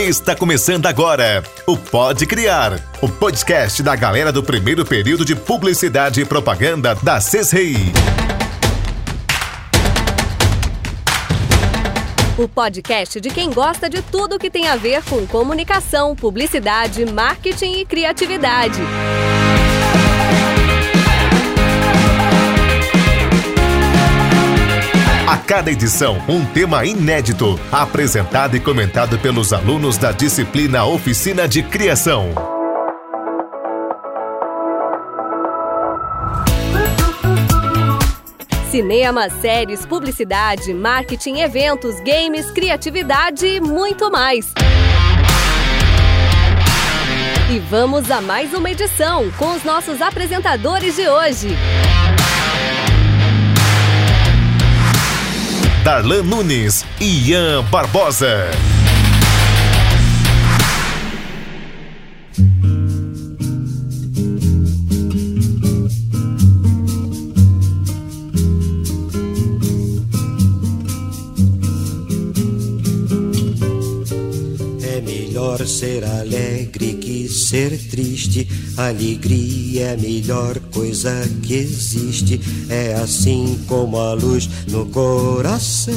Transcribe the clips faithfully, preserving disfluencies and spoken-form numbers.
Está começando agora o Pode Criar, o podcast da galera do primeiro período de Publicidade e Propaganda da CESREI. O podcast de quem gosta de tudo que tem a ver com comunicação, publicidade, marketing e criatividade. A cada edição, um tema inédito, apresentado e comentado pelos alunos da disciplina Oficina de Criação. Cinema, séries, publicidade, marketing, eventos, games, criatividade e muito mais. E vamos a mais uma edição com os nossos apresentadores de hoje. Darlan Nunes e Ian Barbosa. É melhor ser alegre que ser triste. Alegria é a melhor coisa que existe. É assim como a luz no coração.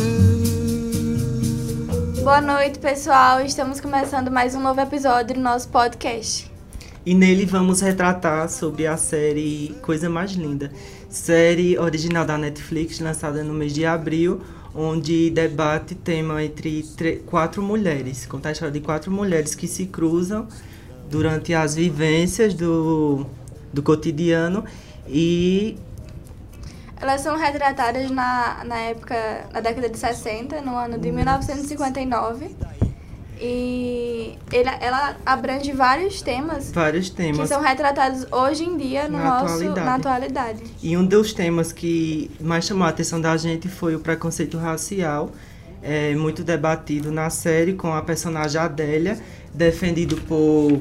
Boa noite, pessoal. Estamos começando mais um novo episódio do nosso podcast. E nele vamos retratar sobre a série Coisa Mais Linda, série original da Netflix, lançada no mês de abril, onde debate tema entre tre- quatro mulheres, conta a história de quatro mulheres que se cruzam durante as vivências do, do cotidiano e... Elas são retratadas na, na época, na década de sessenta, no ano de mil novecentos e cinquenta e nove. E ele, ela abrange vários temas, vários temas que são retratados hoje em dia no na, nosso, atualidade. na atualidade. E um dos temas que mais chamou a atenção da gente foi o preconceito racial, é, muito debatido na série, com a personagem Adélia, defendido por,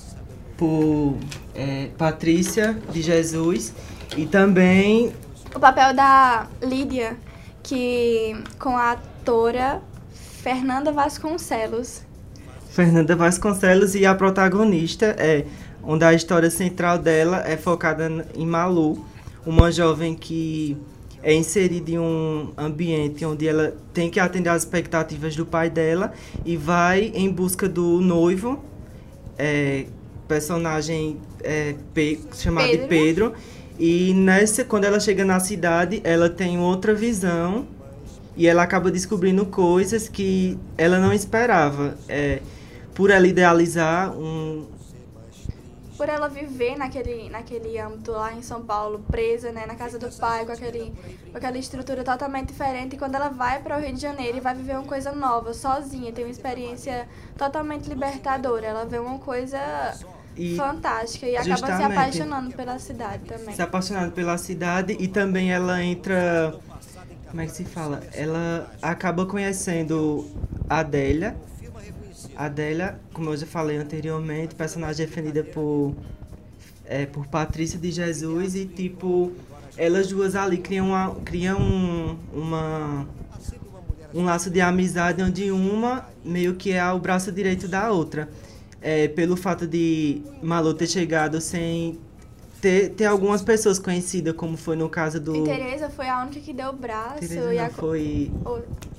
por é, Patrícia de Jesus, e também O papel da Lídia, que com a atora Fernanda Vasconcelos. Fernanda Vasconcelos, e a protagonista é onde a história central dela é focada em Malu, uma jovem que é inserida em um ambiente onde ela tem que atender às expectativas do pai dela e vai em busca do noivo, é, personagem é, Pe- chamado Pedro. de Pedro. E nessa, quando ela chega na cidade, ela tem outra visão e ela acaba descobrindo coisas que ela não esperava. É, por ela idealizar um... Por ela viver naquele, naquele âmbito lá em São Paulo, presa, né, na casa do pai, com, aquele, com aquela estrutura totalmente diferente. E quando ela vai para o Rio de Janeiro e vai viver uma coisa nova, sozinha, tem uma experiência totalmente libertadora. Ela vê uma coisa... E fantástica, e acaba se justamente apaixonando pela cidade também. Se apaixonando pela cidade, e também ela entra, como é que se fala? Ela acaba conhecendo a Adélia. A Adélia, como eu já falei anteriormente, personagem defendida por, é, por Patrícia de Jesus, e tipo, elas duas ali criam, uma, criam um, uma, um laço de amizade onde uma meio que é o braço direito da outra. É, pelo fato de Malu ter chegado sem ter, ter algumas pessoas conhecidas, como foi no caso do... E Tereza foi a única que deu o braço. Tereza e não, a... foi... O...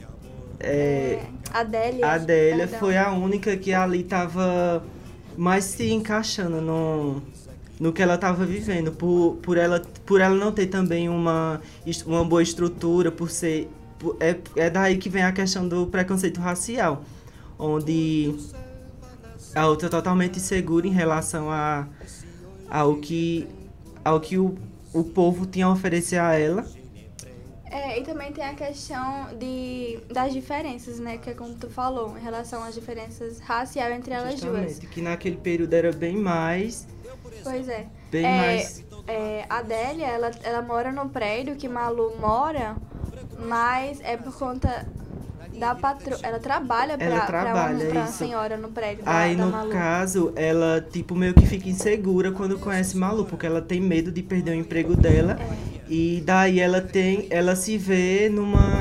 É, é, Adélia. a Adélia perdão. foi a única que ali estava mais se encaixando no, no que ela estava vivendo. Por, por, ela, por ela não ter também uma, uma boa estrutura, por ser... Por, é, é daí que vem a questão do preconceito racial, onde... a outra totalmente insegura em relação a, ao que, ao que o, o povo tinha a oferecer a ela. É, e também tem a questão de, das diferenças, né? Que é como tu falou, em relação às diferenças raciais entre elas Justamente, duas. que naquele período era bem mais... Pois é. Bem é, mais... É, a Adélia, ela, ela mora no prédio que Malu mora, mas é por conta... da patroa, ela trabalha pra, Ela trabalha, pra, uma, pra isso. senhora no prédio da, Aí, da no Malu. caso, ela, tipo, meio que fica insegura quando conhece Malu, porque ela tem medo de perder o emprego dela. É. E daí ela tem, ela se vê numa,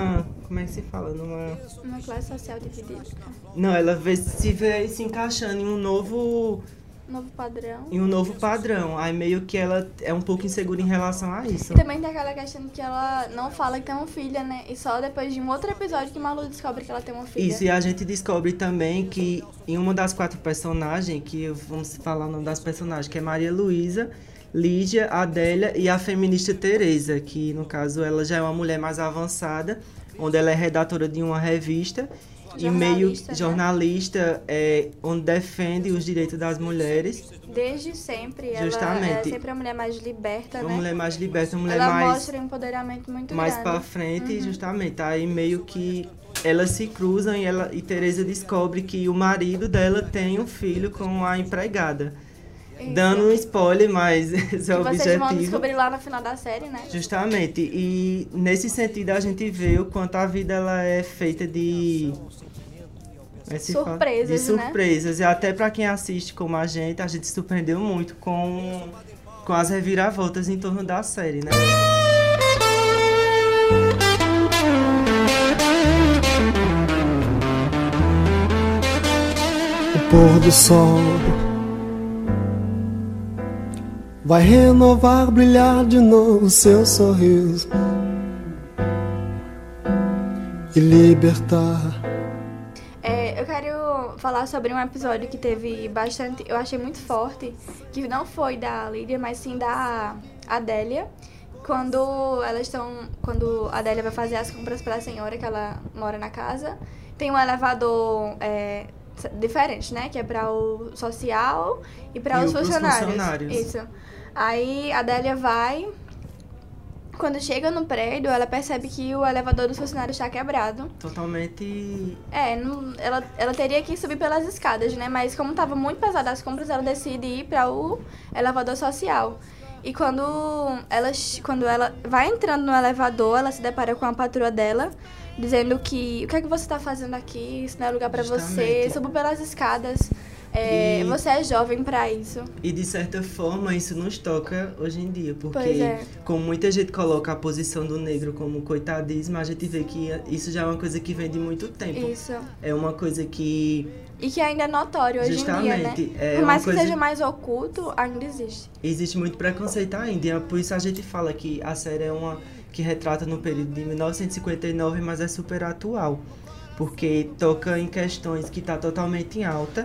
como é que se fala? Numa... Uma classe social dividida. Não, ela vê, se vê se encaixando em um novo... Novo padrão. Em um novo padrão. Aí meio que ela é um pouco insegura em relação a isso. E também tem aquela questão que ela não fala que tem uma filha, né? E só depois de um outro episódio que Malu descobre que ela tem uma filha. Isso, e a gente descobre também que em uma das quatro personagens, que vamos falar o nome das personagens, que é Maria Luísa, Lígia, Adélia e a feminista Teresa, que no caso ela já é uma mulher mais avançada, onde ela é redatora de uma revista e meio jornalista, né? é, onde defende os direitos das mulheres. Desde sempre, Justamente. Ela é sempre a mulher mais liberta, uma né? Uma mulher mais liberta, uma mulher ela mais... Ela mostra um empoderamento muito mais grande. Mais pra frente, uhum. justamente. Aí meio que elas se cruzam e, ela, e Teresa descobre que o marido dela tem um filho com a empregada. Isso. Dando um spoiler, mas esse é o objetivo. Vocês vão descobrir lá no final da série, né? Justamente. E nesse sentido a gente vê o quanto a vida ela é feita de... Surpresas, de surpresas. Né? E até para quem assiste como a gente, a gente se surpreendeu muito com, com as reviravoltas em torno da série, né? O pôr do sol vai renovar, brilhar de novo seu sorriso e libertar. É, eu quero falar sobre um episódio que teve bastante, eu achei muito forte, que não foi da Lídia, mas sim da Adélia, quando elas estão, quando a Adélia vai fazer as compras para a senhora que ela mora na casa, tem um elevador é, diferente, né, que é para o social e para os funcionários. funcionários. Isso. Aí a Adélia vai, quando chega no prédio, ela percebe que o elevador dos funcionários está quebrado. Totalmente... É, não, ela, ela teria que subir pelas escadas, né? Mas como estava muito pesada as compras, ela decide ir para o elevador social. E quando ela, quando ela vai entrando no elevador, ela se depara com a patroa dela, dizendo que o que é que você está fazendo aqui? Isso não é lugar para você, suba pelas escadas. É, e, você é jovem pra isso. E de certa forma isso nos toca hoje em dia, porque é. como muita gente coloca a posição do negro como coitadismo, a gente vê que isso já é uma coisa que vem de muito tempo. Isso. É uma coisa que... E que ainda é notório hoje Justamente, em dia, né? É Por mais coisa... que seja mais oculto, ainda existe. Existe muito preconceito ainda, e por isso a gente fala que a série é uma que retrata no período de mil novecentos e cinquenta e nove, mas é super atual, porque toca em questões que tá totalmente em alta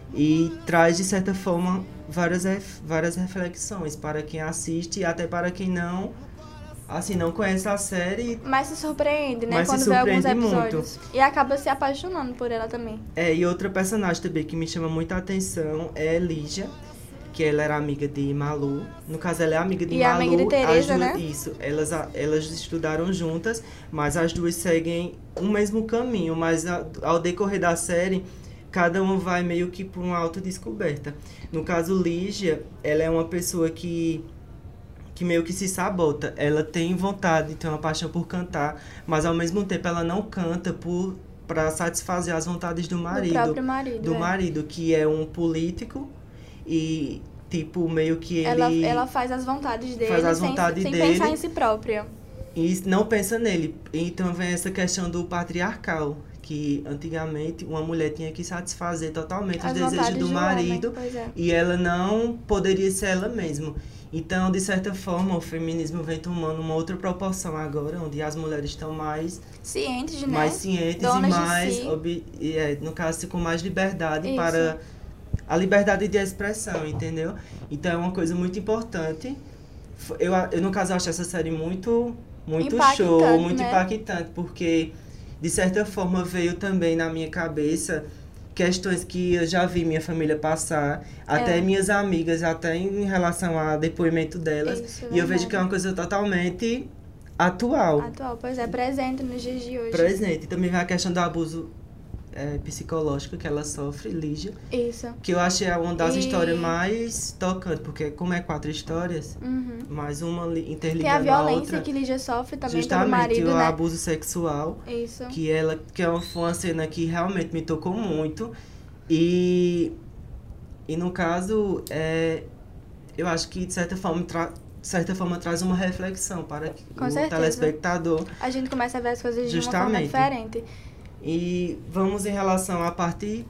e traz, de certa forma, várias, várias reflexões para quem assiste e até para quem não, assim, não conhece a série. Mas se surpreende, né? Mas quando se vê alguns surpreende episódios. muito. E acaba se apaixonando por ela também. É, e outra personagem também que me chama muita atenção é Lígia, que ela era amiga de Malu. No caso, ela é amiga de e Malu. E amiga de Teresa, duas, né? Isso. Elas, elas estudaram juntas, mas as duas seguem o mesmo caminho. Mas a, ao decorrer da série, cada uma vai meio que por uma autodescoberta. No caso, Lígia, ela é uma pessoa que, que meio que se sabota. Ela tem vontade, tem uma paixão por cantar, mas ao mesmo tempo ela não canta por para satisfazer as vontades do marido. Do próprio marido, Do é. marido, que é um político e, tipo, meio que ele... Ela, ela faz as vontades dele, faz as sem, vontades sem dele, pensar em si própria. E não pensa nele. Então vem essa questão do patriarcal, que antigamente uma mulher tinha que satisfazer totalmente As os desejos do marido, homem, pois é. E ela não poderia ser ela mesma. Então, de certa forma, o feminismo vem tomando uma outra proporção agora, onde as mulheres estão mais cientes, né? mais cientes Donas e mais, si. ob, e, é, no caso, com mais liberdade Isso. para a liberdade de expressão, entendeu? Então é uma coisa muito importante. Eu, eu no caso, acho essa série muito, muito show, muito né? impactante, porque de certa forma veio também na minha cabeça questões que eu já vi minha família passar, até é. minhas amigas, até em relação ao depoimento delas. Isso, e eu vejo que é uma coisa totalmente atual. Atual, pois é, presente nos dias de hoje. Presente. E também vem a questão do abuso é, psicológico que ela sofre, Lígia. Isso. Que eu achei uma das e... histórias mais tocantes, porque como é quatro histórias, uhum. mais uma interligando tem a violência a outra, que Lígia sofre também justamente, pelo marido, o né? abuso sexual. Isso. Que ela, que é uma, foi uma cena que realmente me tocou muito. E, e no caso, é, eu acho que de certa forma tra, de certa forma, traz uma reflexão para Com o certeza. telespectador. A gente começa a ver as coisas de Justamente. uma forma diferente. E vamos em relação à parte,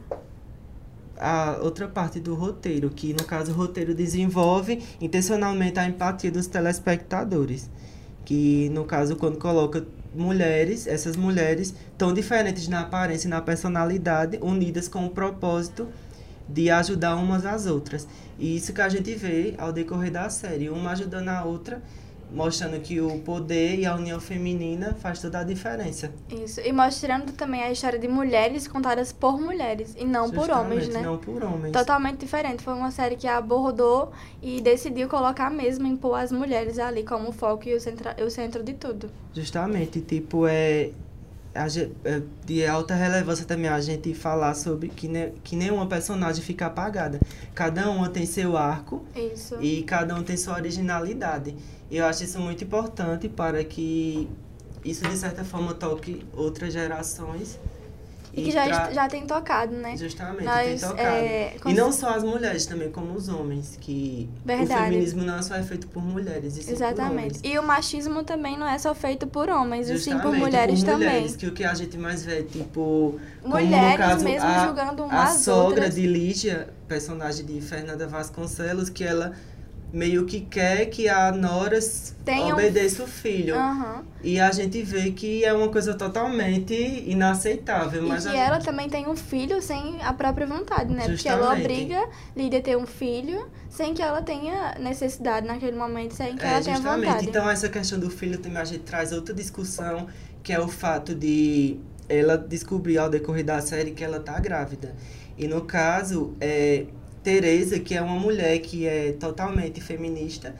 a outra parte do roteiro, que no caso o roteiro desenvolve intencionalmente a empatia dos telespectadores. Que no caso quando coloca mulheres, essas mulheres tão diferentes na aparência e na personalidade, unidas com o propósito de ajudar umas às outras. E isso que a gente vê ao decorrer da série, uma ajudando a outra, mostrando que o poder e a união feminina faz toda a diferença. Isso, e mostrando também a história de mulheres contadas por mulheres, e não por homens, Justamente, né? não por homens. Totalmente diferente. Foi uma série que abordou e decidiu colocar mesmo, impor as mulheres ali como foco e o centro, o centro de tudo. Justamente, tipo, é, a, ge- é de alta relevância também a gente falar sobre que, ne, que nenhuma personagem fica apagada. Cada uma tem seu arco Isso. e cada um tem sua originalidade. E eu acho isso muito importante para que isso, de certa forma, toque outras gerações. E que já, tra- já tem tocado, né? Justamente, Nós, tem tocado. é, cons- E não só as mulheres, também como os homens, que Verdade. o feminismo não é só feito por mulheres, e sim por Exatamente. homens. E o machismo também não é só feito por homens, e sim por Justamente, mulheres por também. mulheres, que o que a gente mais vê, tipo... como Mulheres no caso, mesmo a, julgando A umas sogra outras. de Lígia, personagem de Fernanda Vasconcelos, que ela meio que quer que a nora s- Tenha um- obedeça o filho. Aham. E a gente vê que é uma coisa totalmente inaceitável. E Mas que a ela também tem um filho sem a própria vontade, né? Porque ela Justamente. obriga Lídia a ter um filho sem que ela tenha necessidade naquele momento, sem que É, ela tenha justamente. vontade. Então, essa questão do filho também a gente traz outra discussão, que é o fato de ela descobrir ao decorrer da série que ela tá grávida. E no caso, é, Teresa, que é uma mulher que é totalmente feminista,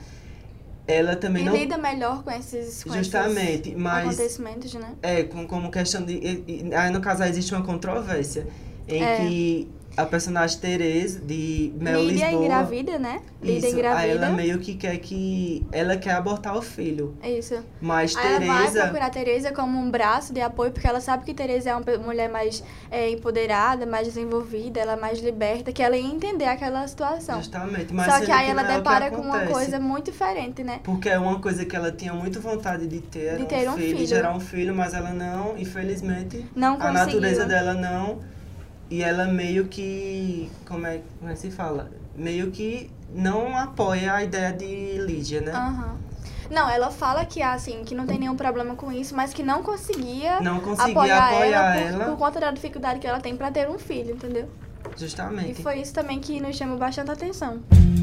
ela também E não... lida melhor com esses, com Justamente, esses mas- acontecimentos, né? É, com, como questão de... e- e- Aí, no caso, aí existe uma controvérsia em É. que a personagem Teresa, de Mel Lídia Lisboa... engravida, né? Lídia Isso, engravida. aí ela meio que quer que... Ela quer abortar o filho. Isso. Mas Aí ela vai Teresa... procurar a Tereza como um braço de apoio, porque ela sabe que Tereza é uma pe- mulher mais é, empoderada, mais desenvolvida, ela é mais liberta, que ela ia entender aquela situação. Justamente, mas Só sendo que aí ela não é o que depara com uma acontece. coisa muito diferente, né? Porque é uma coisa que ela tinha muito vontade de ter, era De ter um filho, de filho. gerar um filho, mas ela não, infelizmente, Não a conseguiu. natureza dela não. E ela meio que, como é, como é que se fala? Meio que não apoia a ideia de Lídia, né? Aham. Não, ela fala que assim, que não tem nenhum problema com isso, mas que não conseguia, Não conseguia apoiar, apoiar ela, por, ela. por conta da dificuldade que ela tem pra ter um filho, entendeu? Justamente. E foi isso também que nos chamou bastante atenção.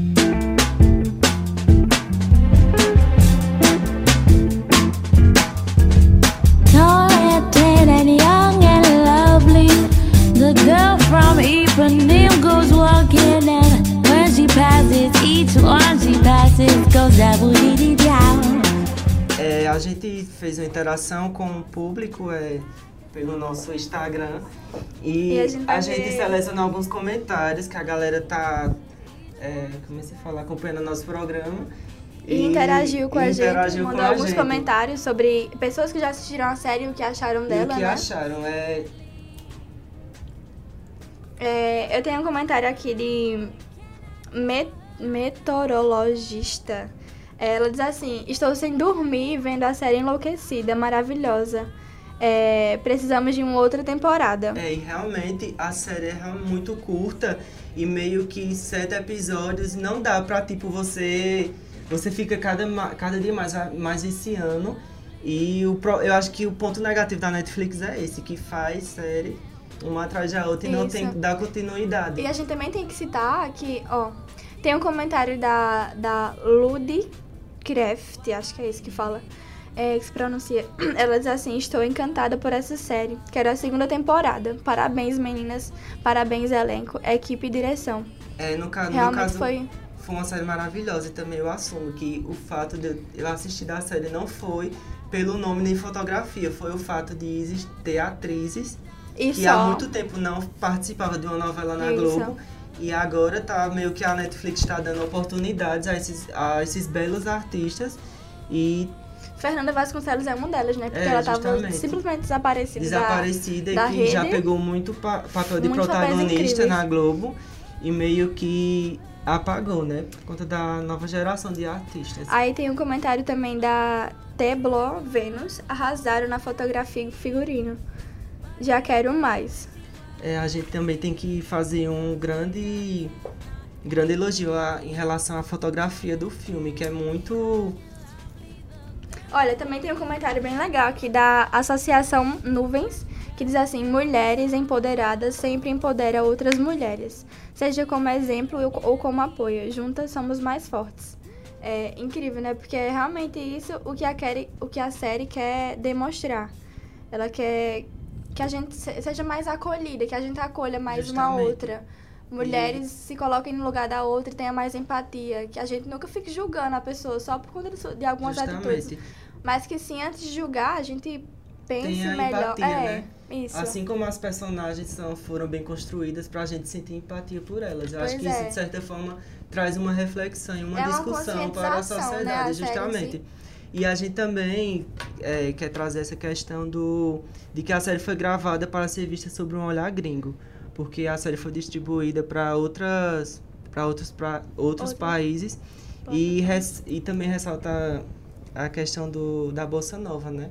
Tall and tan and young and lovely. The girl from Ipanema goes walking, and when she passes, each one she passes goes down. É, a gente fez uma interação com o público é, pelo nosso Instagram e, E a gente vai a gente ver- selecionou alguns comentários que a galera tá, é, como é que se fala, acompanhando o nosso programa. E, interagiu com e a gente, interagiu mandou com a alguns gente. comentários sobre pessoas que já assistiram a série e o que acharam E dela, o que né? acharam? É, É, eu tenho um comentário aqui de me- meteorologista. Ela diz assim: estou sem dormir vendo a série enlouquecida, maravilhosa. É, precisamos de uma outra temporada. é, e realmente a série é muito curta e meio que sete episódios não dá pra, tipo, você... Você fica cada, ma- cada dia mais, mais esse ano. E o, pro- eu acho que o ponto negativo da Netflix é esse, que faz série uma atrás da outra e não Isso. tem dá continuidade. E a gente também tem que citar que, ó, tem um comentário da, da Ludicraft, acho que é isso que fala, é, que se pronuncia. Ela diz assim: estou encantada por essa série, quero a segunda temporada. Parabéns, meninas, parabéns, elenco, equipe e direção. É, no, ca no Realmente caso, foi... foi uma série maravilhosa e também eu assumo que o fato de eu assistir da série não foi pelo nome nem fotografia, foi o fato de exis- ter atrizes E que só... há muito tempo não participava de uma novela na Isso. Globo. E agora tá meio que a Netflix está dando oportunidades a esses, a esses belos artistas e Fernanda Vasconcelos é uma delas, né? Porque É, ela tava justamente. simplesmente desaparecida. desaparecida da e que já rede. pegou muito pa papel de Muitos papéis protagonista incríveis. na Globo e meio que apagou, né? Por conta da nova geração de artistas. Aí tem um comentário também da Teblo Vênus, arrasaram na fotografia e figurino. Já quero mais. É, a gente também tem que fazer um grande, grande elogio a, em relação à fotografia do filme, que é muito... Olha, também tem um comentário bem legal aqui da Associação Nuvens, que diz assim: mulheres empoderadas sempre empoderam outras mulheres, seja como exemplo ou como apoio. Juntas somos mais fortes. É incrível, né? Porque é realmente isso o que a, quer, o que a série quer demonstrar. Ela quer que a gente seja mais acolhida, que a gente acolha mais Justamente. uma outra. Mulheres e... se coloquem no lugar da outra e tenham mais empatia. Que a gente nunca fique julgando a pessoa só por conta de, de algumas Justamente. atitudes. Mas que sim, antes de julgar, a gente pense Tenha melhor. Empatia, é, né? Isso. Assim como as personagens são, foram bem construídas pra gente sentir empatia por elas. Eu pois acho que é. isso, de certa forma, traz uma reflexão e uma é discussão uma para a sociedade, né, a justamente. série, e a gente também é, quer trazer essa questão do, de que a série foi gravada para ser vista sob um olhar gringo. Porque a série foi distribuída para outras, para outros, pra outros Outro. países. E, res, e também ressalta a questão do, da Bossa Nova, né?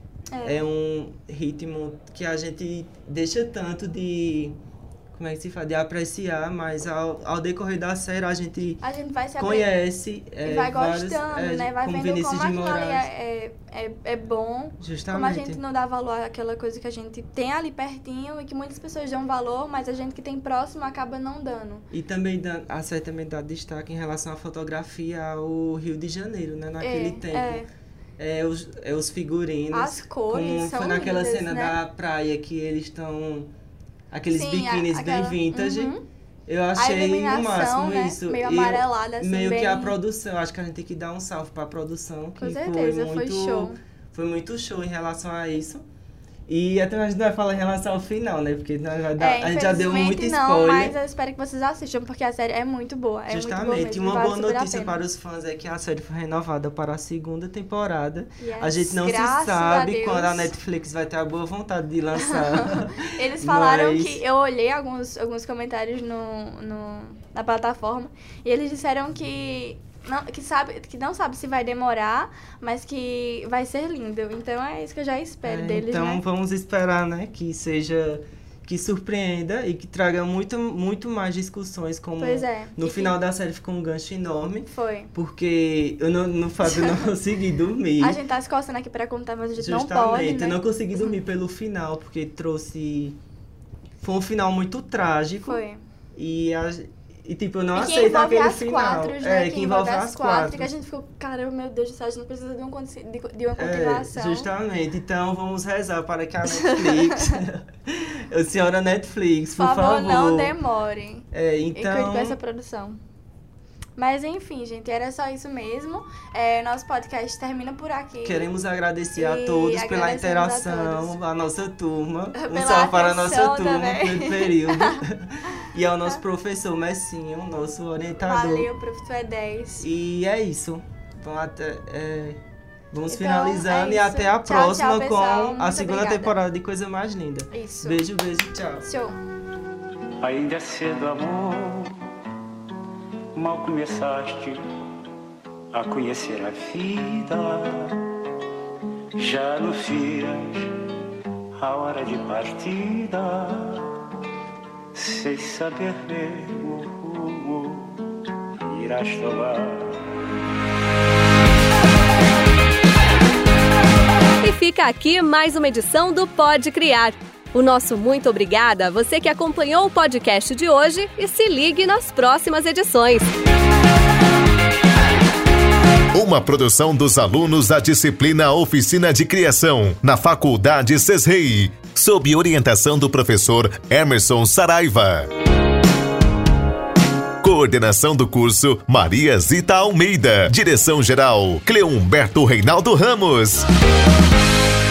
É. é um ritmo que a gente deixa tanto de... Como é que se fala? De apreciar, mas ao, ao decorrer da série a gente, a gente vai se conhece... E é, vai gostando, vários, né? Vai como vendo Vinícius como de aquilo ali Moraes. é, é, é bom. Justamente. Como a gente não dá valor àquela coisa que a gente tem ali pertinho e que muitas pessoas dão valor, mas a gente que tem próximo acaba não dando. E também dá, a série também dá destaque em relação à fotografia ao Rio de Janeiro, né? Naquele é, tempo. É. É, os, é os figurinos. As cores como são foi naquela lindas, cena né? da praia que eles estão... Aqueles Sim, biquínis a, aquela, bem vintage. Uhum. Eu achei no máximo né? isso. Meio E amarelada, assim, meio bem... que a produção. Acho que a gente tem que dar um salve pra produção. Que Com certeza, foi, muito, foi show. Foi muito show em relação a isso. E até a gente não vai falar em relação ao final, né? Porque nós vai dar, é, a gente já deu muito spoiler. Não, mas eu espero que vocês assistam, porque a série é muito boa. É Justamente. Muito boa mesmo, E uma vale boa super a notícia pena. para os fãs é que a série foi renovada para a segunda temporada. Yes, a gente não se sabe quando a Netflix vai ter a boa vontade de lançar. Eles falaram mas... que... Eu olhei alguns, alguns comentários no, no, na plataforma e eles disseram que... Não, que, sabe, que não sabe se vai demorar, mas que vai ser lindo. Então é isso que eu já espero é, deles, então né? vamos esperar, né, que seja... Que surpreenda e que traga muito, muito mais discussões, como pois é. no e final que... da série ficou um gancho enorme. Foi. Porque eu não, no fato eu não consegui dormir. A gente tá se coçando aqui pra contar, mas a gente Justamente, não pode, né? eu não consegui dormir pelo final, porque trouxe... Foi um final muito trágico. Foi. E, a, e tipo, eu não e que aceito aquele as final. Quatro, né? É, que, que envolve as, as quatro. quatro. Que a gente ficou, caramba, meu Deus do céu, a gente não precisa de, um, de, de uma É, continuação. justamente. Então, vamos rezar para que a Netflix... a senhora Netflix, por, por favor, favor. não demorem. É, E então... cuide com essa produção. Mas enfim, gente, era só isso mesmo. É, nosso podcast termina por aqui. Queremos agradecer E a todos pela agradecemos interação, a a, nossa turma. Um Pela salve para a nossa atenção turma também. pelo período. E ao nosso professor Messinho, nosso orientador. Valeu, prof, tu é dez. E é isso. Então, até, é, vamos Então, finalizando é e isso. até a Tchau, próxima tchau, pessoal. com a Muito segunda obrigada. temporada de Coisa Mais Linda. Isso. Beijo, beijo, tchau. Show. Ainda é cedo, amor, mal começaste a conhecer a vida. Já no fias a hora de partida, sem saber mesmo o rumo irás tomar. E fica aqui mais uma edição do Pode Criar. O nosso muito obrigada a você que acompanhou o podcast de hoje e se ligue nas próximas edições. Uma produção dos alunos da disciplina Oficina de Criação, na Faculdade CESREI, sob orientação do professor Emerson Saraiva. Coordenação do curso, Maria Zita Almeida. Direção-geral, Cleumberto Reinaldo Ramos.